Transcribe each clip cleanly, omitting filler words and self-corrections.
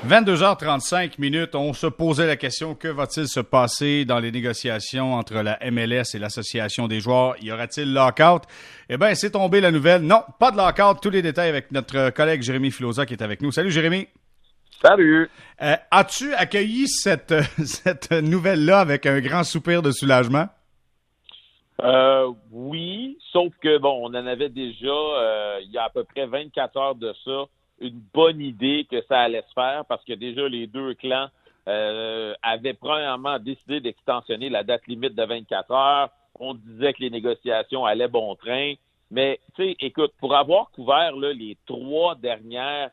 22h35 on se posait la question, que va-t-il se passer dans les négociations entre la MLS et l'Association des joueurs? Y aura-t-il lockout? Eh bien, c'est tombé la nouvelle. Non, pas de lockout. Tous les détails avec notre collègue Jérémy Filosa qui est avec nous. Salut Jérémy. Salut. As-tu accueilli cette nouvelle-là avec un grand soupir de soulagement? Oui, sauf que, bon, on en avait déjà, il y a à peu près 24 heures de ça, une bonne idée que ça allait se faire parce que déjà les deux clans avaient premièrement décidé d'extensionner la date limite de 24 heures. On disait que les négociations allaient bon train. Mais, tu sais, écoute, pour avoir couvert là, les 3 dernières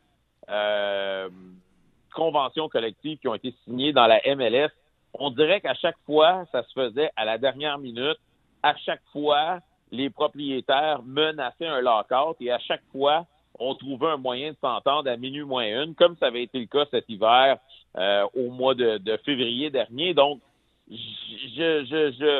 conventions collectives qui ont été signées dans la MLS, on dirait qu'à chaque fois, ça se faisait à la dernière minute. À chaque fois, les propriétaires menaçaient un lockout et à chaque fois, on trouvait un moyen de s'entendre à minuit moins une, comme ça avait été le cas cet hiver au mois de février dernier. Donc, je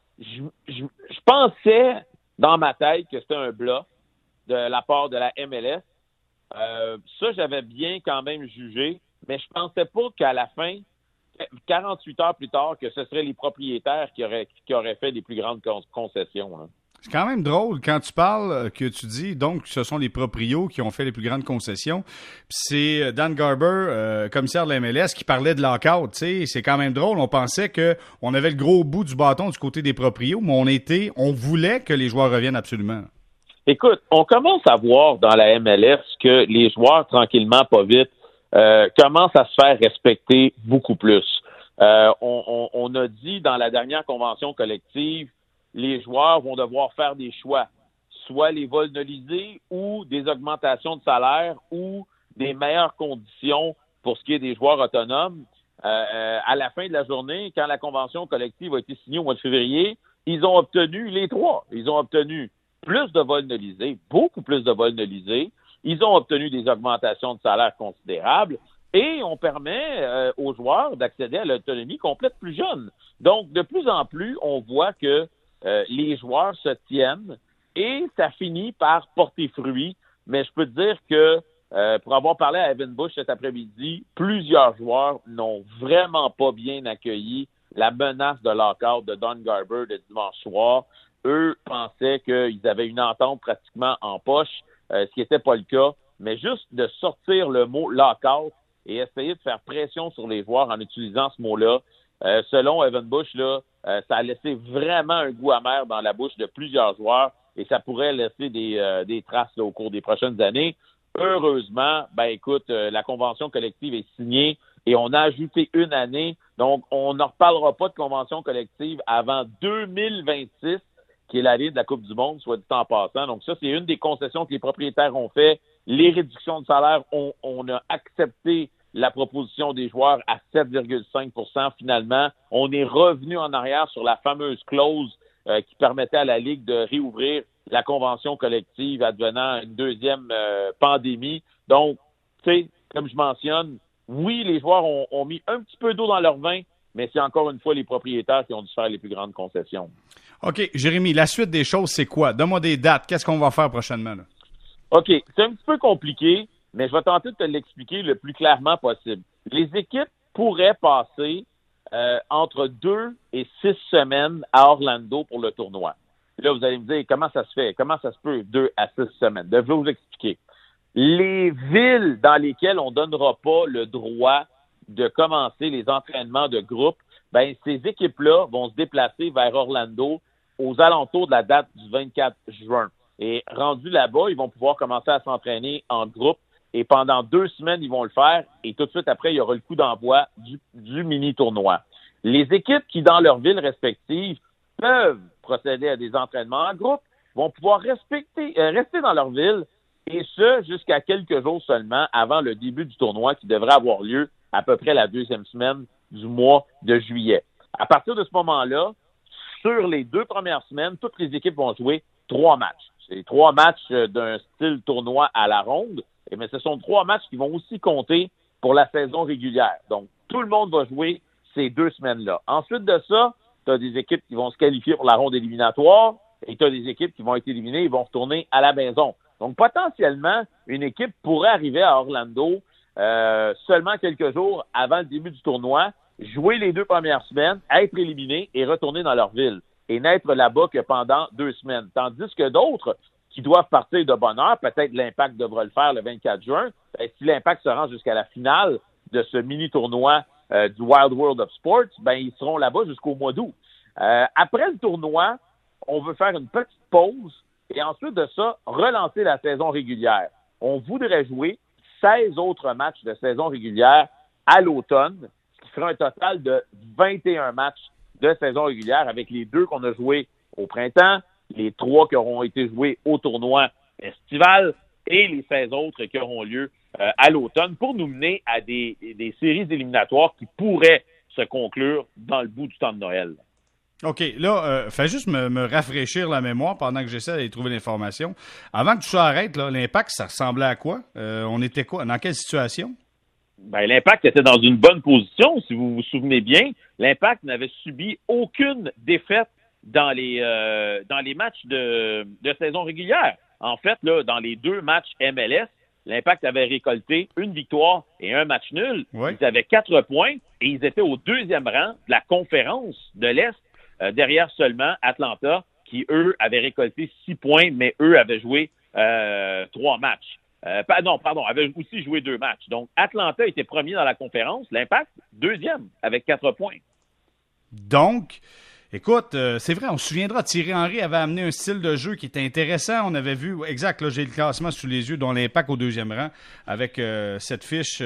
pensais dans ma tête que c'était un bluff de la part de la MLS. Ça, j'avais bien quand même jugé, mais je pensais pas qu'à la fin, 48 heures plus tard, que ce seraient les propriétaires qui auraient fait les plus grandes concessions. Hein. C'est quand même drôle quand tu parles, que tu dis, donc, ce sont les proprios qui ont fait les plus grandes concessions. Puis c'est Dan Garber, commissaire de la MLS, qui parlait de lockout. Tu sais, c'est quand même drôle. On pensait qu'on avait le gros bout du bâton du côté des proprios, mais on voulait que les joueurs reviennent absolument. Écoute, on commence à voir dans la MLS que les joueurs, tranquillement, pas vite, commencent à se faire respecter beaucoup plus. On a dit dans la dernière convention collective, les joueurs vont devoir faire des choix, soit les vols nolisés ou des augmentations de salaire ou des meilleures conditions pour ce qui est des joueurs autonomes. À la fin de la journée, quand la convention collective a été signée au mois de février, ils ont obtenu les 3. Ils ont obtenu plus de vols nolisés, beaucoup plus de vols nolisés. Ils ont obtenu des augmentations de salaire considérables et on permet aux joueurs d'accéder à l'autonomie complète plus jeune. Donc, de plus en plus, on voit que les joueurs se tiennent et ça finit par porter fruit. Mais je peux te dire que pour avoir parlé à Evan Bush cet après-midi, plusieurs joueurs n'ont vraiment pas bien accueilli la menace de lockout de Don Garber de dimanche soir. Eux pensaient qu'ils avaient une entente pratiquement en poche, ce qui n'était pas le cas. Mais juste de sortir le mot lockout et essayer de faire pression sur les joueurs en utilisant ce mot-là, selon Evan Bush, là, ça a laissé vraiment un goût amer dans la bouche de plusieurs joueurs et ça pourrait laisser des traces là, au cours des prochaines années. Heureusement, écoute, la convention collective est signée et on a ajouté une année. Donc, on ne reparlera pas de convention collective avant 2026, qui est l'année de la Coupe du Monde, soit dit en passant. Donc, ça, c'est une des concessions que les propriétaires ont fait. Les réductions de salaire, on a accepté la proposition des joueurs à 7,5 % finalement. On est revenu en arrière sur la fameuse clause qui permettait à la Ligue de réouvrir la convention collective advenant une deuxième pandémie. Donc, tu sais, comme je mentionne, oui, les joueurs ont mis un petit peu d'eau dans leur vin, mais c'est encore une fois les propriétaires qui ont dû faire les plus grandes concessions. OK, Jérémy, la suite des choses, c'est quoi? Donne-moi des dates. Qu'est-ce qu'on va faire prochainement, là? OK, c'est un petit peu compliqué, mais je vais tenter de te l'expliquer le plus clairement possible. Les équipes pourraient passer entre 2 et 6 semaines à Orlando pour le tournoi. Là, vous allez me dire, comment ça se fait? Comment ça se peut, 2 à 6 semaines? Je vais vous expliquer. Les villes dans lesquelles on ne donnera pas le droit de commencer les entraînements de groupe, ces équipes-là vont se déplacer vers Orlando aux alentours de la date du 24 juin. Et rendus là-bas, ils vont pouvoir commencer à s'entraîner en groupe. Et pendant 2 semaines, ils vont le faire. Et tout de suite après, il y aura le coup d'envoi du mini-tournoi. Les équipes qui, dans leur ville respective, peuvent procéder à des entraînements en groupe, vont pouvoir rester dans leur ville, et ce, jusqu'à quelques jours seulement avant le début du tournoi qui devrait avoir lieu à peu près la 2e semaine du mois de juillet. À partir de ce moment-là, sur les 2 premières semaines, toutes les équipes vont jouer 3 matchs. C'est 3 matchs d'un style tournoi à la ronde, mais ce sont 3 matchs qui vont aussi compter pour la saison régulière. Donc, tout le monde va jouer ces 2 semaines-là. Ensuite de ça, tu as des équipes qui vont se qualifier pour la ronde éliminatoire et tu as des équipes qui vont être éliminées et vont retourner à la maison. Donc, potentiellement, une équipe pourrait arriver à Orlando seulement quelques jours avant le début du tournoi, jouer les 2 premières semaines, être éliminés et retourner dans leur ville et n'être là-bas que pendant 2 semaines. Tandis que d'autres qui doivent partir de bonne heure, peut-être l'Impact devra le faire le 24 juin, si l'Impact se rend jusqu'à la finale de ce mini-tournoi du Wild World of Sports, ils seront là-bas jusqu'au mois d'août. Après le tournoi, on veut faire une petite pause et ensuite de ça, relancer la saison régulière. On voudrait jouer 16 autres matchs de saison régulière à l'automne, ce qui fera un total de 21 matchs de saison régulière avec les 2 qu'on a joués au printemps, les 3 qui auront été joués au tournoi estival et les 16 autres qui auront lieu à l'automne pour nous mener à des séries éliminatoires qui pourraient se conclure dans le bout du temps de Noël. OK, là, fais juste me rafraîchir la mémoire pendant que j'essaie d'aller trouver l'information. Avant que tout ça arrête, là, l'Impact, ça ressemblait à quoi? On était quoi? Dans quelle situation? L'Impact était dans une bonne position, si vous vous souvenez bien. L'Impact n'avait subi aucune défaite dans les matchs de saison régulière. En fait, là, dans les 2 matchs MLS, l'Impact avait récolté 1 victoire et 1 match nul. Ouais. Ils avaient 4 points et ils étaient au 2e rang de la conférence de l'Est, derrière seulement Atlanta, qui, eux, avaient récolté 6 points, mais eux avaient joué 3 matchs. Avaient aussi joué 2 matchs. Donc, Atlanta était premier dans la conférence, l'Impact, 2e, avec 4 points. Donc, écoute, c'est vrai, on se souviendra, Thierry Henry avait amené un style de jeu qui était intéressant. On avait vu, exact, là, j'ai le classement sous les yeux, dont l'Impact au 2e rang, avec cette fiche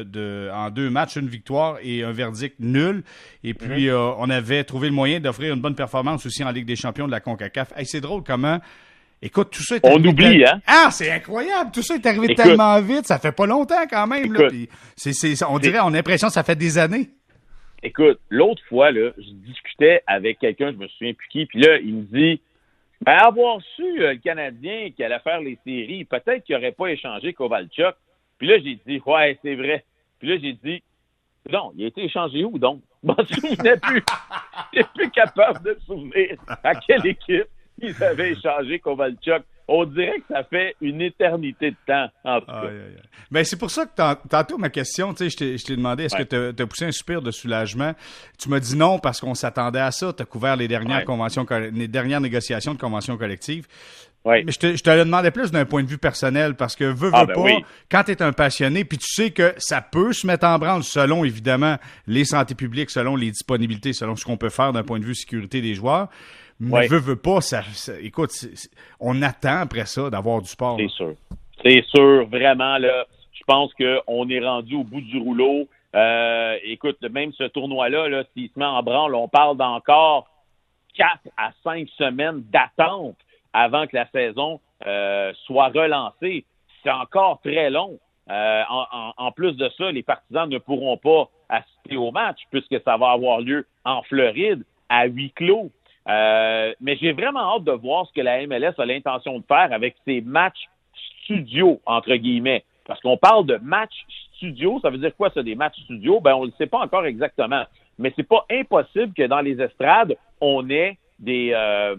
en 2 matchs, 1 victoire et un verdict nul. Et puis, on avait trouvé le moyen d'offrir une bonne performance aussi en Ligue des champions de la CONCACAF. Hey, c'est drôle comment... Écoute, tout ça est arrivé... On oublie, hein? Ah, c'est incroyable! Tout ça est arrivé tellement vite, ça fait pas longtemps quand même. Là, puis on dirait, on a l'impression que ça fait des années. Écoute, l'autre fois, là, je discutais avec quelqu'un, je me souviens plus qui, puis là, il me dit, avoir su le Canadien qui allait faire les séries, peut-être qu'il n'aurait pas échangé Kovalchuk. Puis là, j'ai dit, ouais, c'est vrai. Puis là, j'ai dit, non, il a été échangé où donc? Je m'en souvenais plus. Je suis plus capable de me souvenir à quelle équipe ils avaient échangé Kovalchuk. On dirait que ça fait une éternité de temps, en tout cas. Ben, c'est pour ça que tantôt, ma question, tu sais, je t'ai demandé, est-ce que tu as poussé un soupir de soulagement? Tu m'as dit non parce qu'on s'attendait à ça. Tu as couvert les dernières les dernières négociations de conventions collectives. Ouais. Mais je te le demandais plus d'un point de vue personnel parce que veux pas, quand tu es un passionné, puis tu sais que ça peut se mettre en branle selon, évidemment, les santé publiques, selon les disponibilités, selon ce qu'on peut faire d'un point de vue sécurité des joueurs. Mais veux pas, écoute, on attend après ça d'avoir du sport. C'est sûr, vraiment, là. Je pense qu'on est rendu au bout du rouleau. Écoute, même ce tournoi-là, là, s'il se met en branle, on parle d'encore 4 à 5 semaines d'attente avant que la saison soit relancée. C'est encore très long. En plus de ça, les partisans ne pourront pas assister au match puisque ça va avoir lieu en Floride à huis clos. Mais j'ai vraiment hâte de voir ce que la MLS a l'intention de faire avec ces matchs studio, entre guillemets. Parce qu'on parle de matchs studio, ça veut dire quoi ça, des matchs studio? On ne le sait pas encore exactement. Mais c'est pas impossible que dans les estrades, on ait des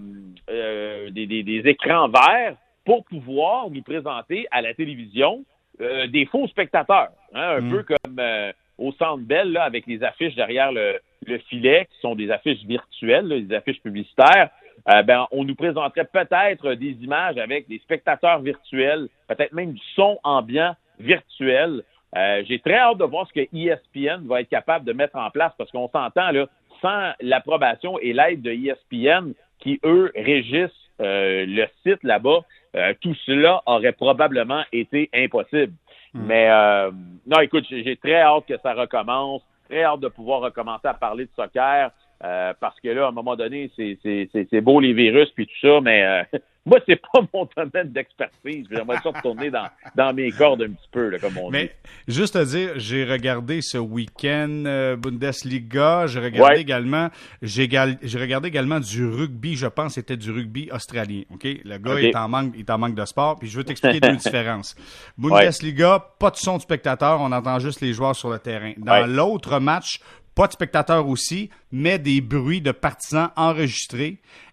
écrans verts pour pouvoir nous présenter à la télévision des faux spectateurs. Hein, un peu comme au Centre Bell, là, avec les affiches derrière le filet, qui sont des affiches virtuelles, là, des affiches publicitaires. On nous présenterait peut-être des images avec des spectateurs virtuels, peut-être même du son ambiant virtuel. J'ai très hâte de voir ce que ESPN va être capable de mettre en place, parce qu'on s'entend, là, sans l'approbation et l'aide de ESPN, qui, eux, régissent le site là-bas, tout cela aurait probablement été impossible. Mais non, écoute, j'ai très hâte que ça recommence, très hâte de pouvoir recommencer à parler de soccer, parce que là, à un moment donné, c'est beau les virus puis tout ça, mais moi, c'est pas mon domaine d'expertise. J'aimerais ça retourner dans mes cordes un petit peu, là, comme on dit. Mais juste à dire, j'ai regardé ce week-end Bundesliga, j'ai regardé également du rugby, je pense que c'était du rugby australien. OK? Le gars est en manque de sport, puis je veux t'expliquer 2 différences. Bundesliga, pas de son de spectateur, on entend juste les joueurs sur le terrain. Dans l'autre match, pas de spectateurs aussi, mais des bruits de partisans enregistrés.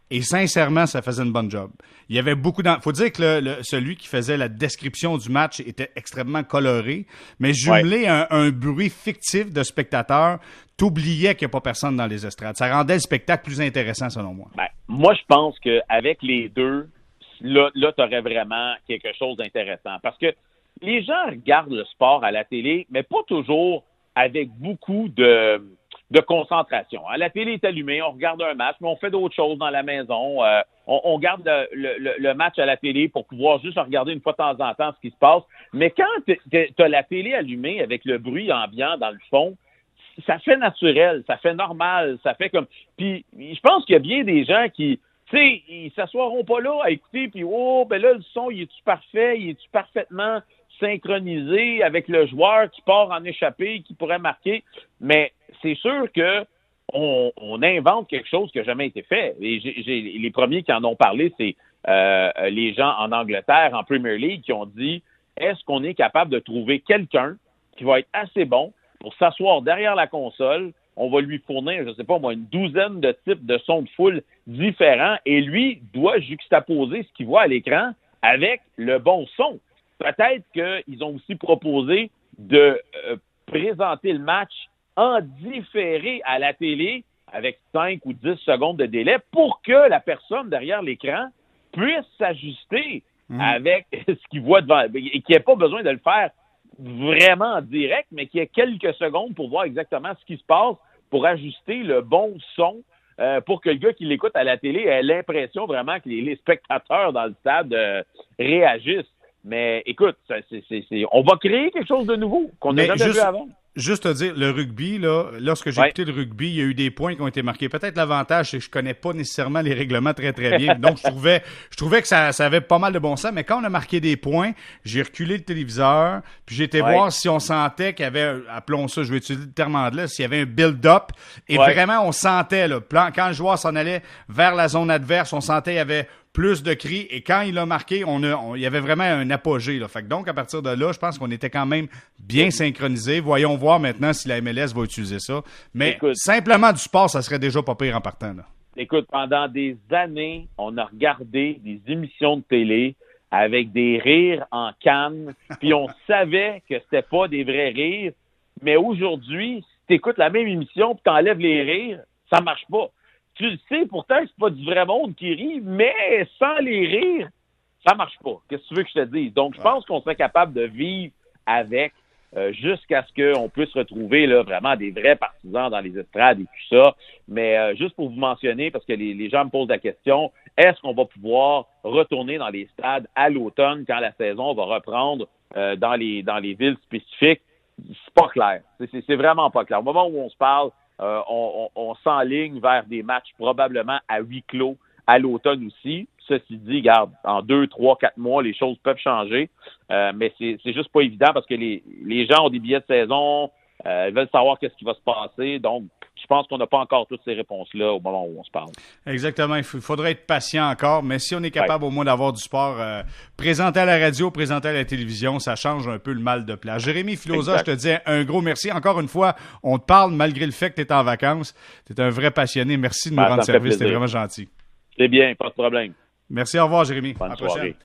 Et sincèrement, ça faisait une bonne job. Il y avait beaucoup faut dire que celui qui faisait la description du match était extrêmement coloré, mais jumelé à un bruit fictif de spectateurs, t'oubliais qu'il n'y a pas personne dans les estrades. Ça rendait le spectacle plus intéressant, selon moi. Ben, moi, je pense qu'avec les deux, là tu aurais vraiment quelque chose d'intéressant. Parce que les gens regardent le sport à la télé, mais pas toujours avec beaucoup de concentration. À la télé est allumée, on regarde un match, mais on fait d'autres choses dans la maison. On garde le match à la télé pour pouvoir juste regarder une fois de temps en temps ce qui se passe. Mais quand tu as la télé allumée avec le bruit ambiant dans le fond, ça fait naturel, ça fait normal, ça fait comme... Puis je pense qu'il y a bien des gens qui, tu sais, ils s'assoiront pas là à écouter, puis ben là, le son, il est-tu parfait, il est-tu parfaitement synchronisé avec le joueur qui part en échappée, qui pourrait marquer, mais c'est sûr que on invente quelque chose qui n'a jamais été fait. Et les premiers qui en ont parlé, c'est les gens en Angleterre, en Premier League, qui ont dit, est-ce qu'on est capable de trouver quelqu'un qui va être assez bon pour s'asseoir derrière la console? On va lui fournir, je sais pas moi, une douzaine de types de sons de foule différents et lui doit juxtaposer ce qu'il voit à l'écran avec le bon son. Peut-être qu'ils ont aussi proposé de présenter le match en différé à la télé avec 5 ou 10 secondes de délai pour que la personne derrière l'écran puisse s'ajuster avec ce qu'il voit devant et qu'il n'ait pas besoin de le faire vraiment en direct, mais qu'il y ait quelques secondes pour voir exactement ce qui se passe, pour ajuster le bon son, pour que le gars qui l'écoute à la télé ait l'impression vraiment que les spectateurs dans le stade réagissent. Mais écoute, on va créer quelque chose de nouveau qu'on n'a jamais vu avant. Juste te dire, le rugby, là, lorsque j'ai écouté le rugby, il y a eu des points qui ont été marqués. Peut-être l'avantage, c'est que je connais pas nécessairement les règlements très, très bien. Donc, je trouvais que ça avait pas mal de bon sens. Mais quand on a marqué des points, j'ai reculé le téléviseur, puis j'ai été voir si on sentait qu'il y avait, appelons ça, je vais utiliser le terme anglais, s'il y avait un build-up. Et vraiment, on sentait, là, quand le joueur s'en allait vers la zone adverse, on sentait qu'il y avait plus de cris, et quand il a marqué, il y avait vraiment un apogée. Là. Fait que donc, à partir de là, je pense qu'on était quand même bien synchronisés. Voyons voir maintenant si la MLS va utiliser ça. Mais simplement du sport, ça serait déjà pas pire en partant. Là. Écoute, pendant des années, on a regardé des émissions de télé avec des rires en canne, puis on savait que c'était pas des vrais rires. Mais aujourd'hui, si tu écoutes la même émission puis tu enlèves les rires, ça marche pas. Tu le sais, pourtant, c'est pas du vrai monde qui rit, mais sans les rires, ça marche pas. Qu'est-ce que tu veux que je te dise? Donc, je pense qu'on serait capable de vivre avec jusqu'à ce qu'on puisse retrouver là, vraiment des vrais partisans dans les estrades et tout ça. Mais juste pour vous mentionner, parce que les gens me posent la question, est-ce qu'on va pouvoir retourner dans les stades à l'automne quand la saison va reprendre dans les villes spécifiques? C'est pas clair. C'est vraiment pas clair. Au moment où on se parle, on s'enligne vers des matchs probablement à huis clos à l'automne aussi. Ceci dit, regarde, en 2, 3, 4 mois, les choses peuvent changer. Mais c'est juste pas évident parce que les gens ont des billets de saison, ils veulent savoir qu'est-ce qui va se passer. Donc, je pense qu'on n'a pas encore toutes ces réponses-là au moment où on se parle. Exactement. Il faudrait être patient encore, mais si on est capable au moins d'avoir du sport présenté à la radio, présenté à la télévision, ça change un peu le mal de place. Jérémy Filosa, je te dis un gros merci. Encore une fois, on te parle malgré le fait que tu es en vacances. Tu es un vrai passionné. Merci de nous rendre service. C'était vraiment gentil. C'est bien, pas de problème. Merci, au revoir Jérémy. Bonne soirée.